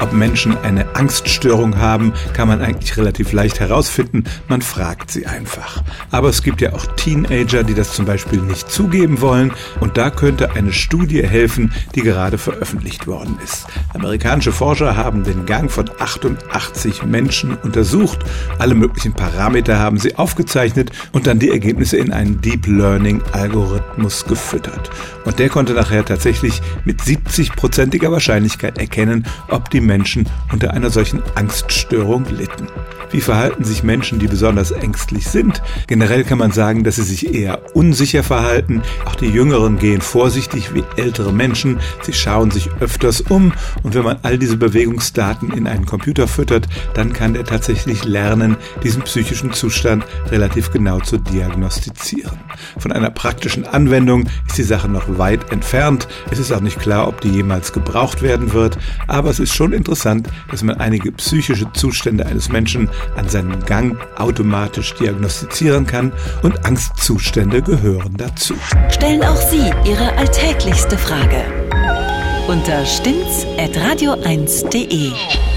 Ob Menschen eine Angststörung haben, kann man eigentlich relativ leicht herausfinden. Man fragt sie einfach. Aber es gibt ja auch Teenager, die das zum Beispiel nicht zugeben wollen. Und da könnte eine Studie helfen, die gerade veröffentlicht worden ist. Amerikanische Forscher haben den Gang von 88 Menschen untersucht. Alle möglichen Parameter haben sie aufgezeichnet und dann die Ergebnisse in einen Deep Learning Algorithmus gefüttert. Und der konnte nachher tatsächlich mit 70%iger Wahrscheinlichkeit erkennen, ob die Menschen unter einer solchen Angststörung litten. Wie verhalten sich Menschen, die besonders ängstlich sind? Generell kann man sagen, dass sie sich eher unsicher verhalten. Auch die Jüngeren gehen vorsichtig wie ältere Menschen. Sie schauen sich öfters um. Und wenn man all diese Bewegungsdaten in einen Computer füttert, dann kann der tatsächlich lernen, diesen psychischen Zustand relativ genau zu diagnostizieren. Von einer praktischen Anwendung ist die Sache noch weit entfernt. Es ist auch nicht klar, ob die jemals gebraucht werden wird. Aber es ist schon interessant, dass man einige psychische Zustände eines Menschen an seinem Gang automatisch diagnostizieren kann und Angstzustände gehören dazu. Stellen auch Sie Ihre alltäglichste Frage unter stimmt's@radio1.de.